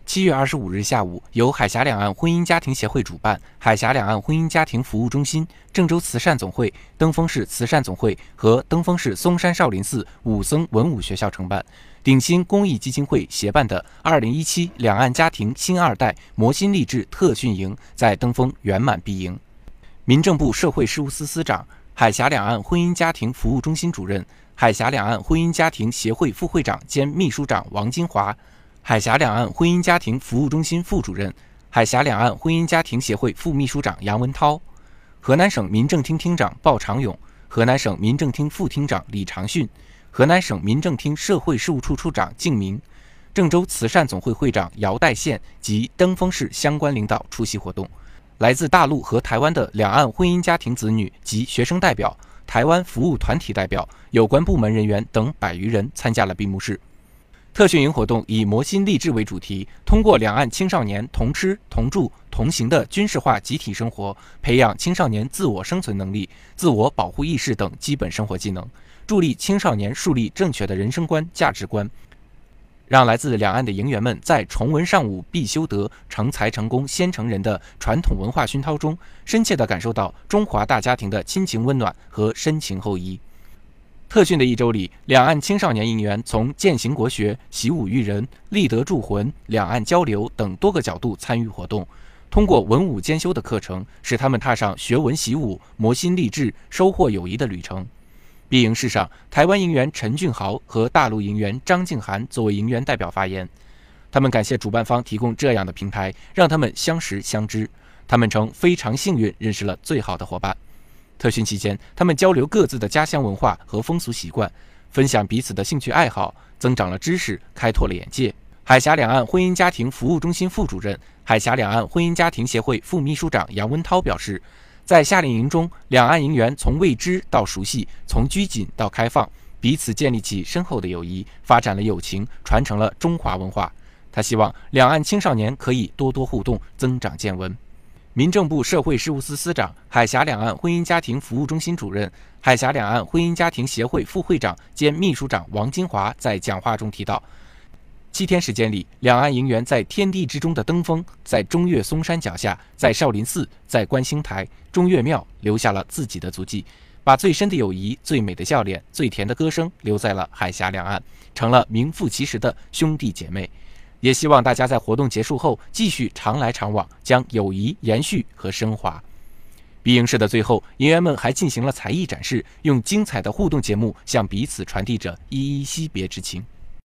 7月25日下午，由海峡两岸婚姻家庭协会主办，海峡两岸婚姻家庭服务中心、郑州慈善总会、登封市慈善总会和登封市嵩山少林寺武僧文武学校承办，鼎新公益基金会协办的2017两岸家庭新二代磨心励志特训营在登封圆满闭营。民政部社会事务司司长、海峡两岸婚姻家庭服务中心主任、海峡两岸婚姻家庭协会副会长兼秘书长王金华、海峡两岸婚姻家庭服务中心副主任、海峡两岸婚姻家庭协会副秘书长杨文涛、河南省民政厅厅长鲍长勇、河南省民政厅副厅长李长训、河南省民政厅社会事务处处长敬明、郑州慈善总会会长姚代宪及登封市相关领导出席活动。来自大陆和台湾的两岸婚姻家庭子女及学生代表、台湾服务团体代表、有关部门人员等100余人参加了闭幕式。特训营活动以磨心励志为主题，通过两岸青少年同吃、同住、同行的军事化集体生活，培养青少年自我生存能力、自我保护意识等基本生活技能，助力青少年树立正确的人生观、价值观，让来自两岸的营员们在崇文尚武必修德、成才成功先成仁的传统文化熏陶中，深切地感受到中华大家庭的亲情温暖和深情厚谊。特训的1周里，两岸青少年营员从践行国学、习武育人、立德铸魂、两岸交流等多个角度参与活动，通过文武兼修的课程，使他们踏上学文习武、磨心励志、收获友谊的旅程。闭营式上，台湾营员陈俊豪和大陆营员张静涵作为营员代表发言，他们感谢主办方提供这样的平台，让他们相识相知。他们称非常幸运认识了最好的伙伴。特训期间，他们交流各自的家乡文化和风俗习惯，分享彼此的兴趣爱好，增长了知识，开拓了眼界。海峡两岸婚姻家庭服务中心副主任、海峡两岸婚姻家庭协会副秘书长杨文涛表示，在夏令营中，两岸营员从未知到熟悉，从拘谨到开放，彼此建立起深厚的友谊，发展了友情，传承了中华文化。他希望两岸青少年可以多多互动，增长见闻。民政部社会事务司司长、海峡两岸婚姻家庭服务中心主任、海峡两岸婚姻家庭协会副会长兼秘书长王金华在讲话中提到，7天时间里，两岸营员在天地之中的登封，在中岳嵩山脚下，在少林寺，在观星台、中岳庙留下了自己的足迹，把最深的友谊、最美的笑脸、最甜的歌声留在了海峡两岸，成了名副其实的兄弟姐妹。也希望大家在活动结束后继续常来常往，将友谊延续和升华。闭营式的最后，营员们还进行了才艺展示，用精彩的互动节目向彼此传递着依依惜别之情。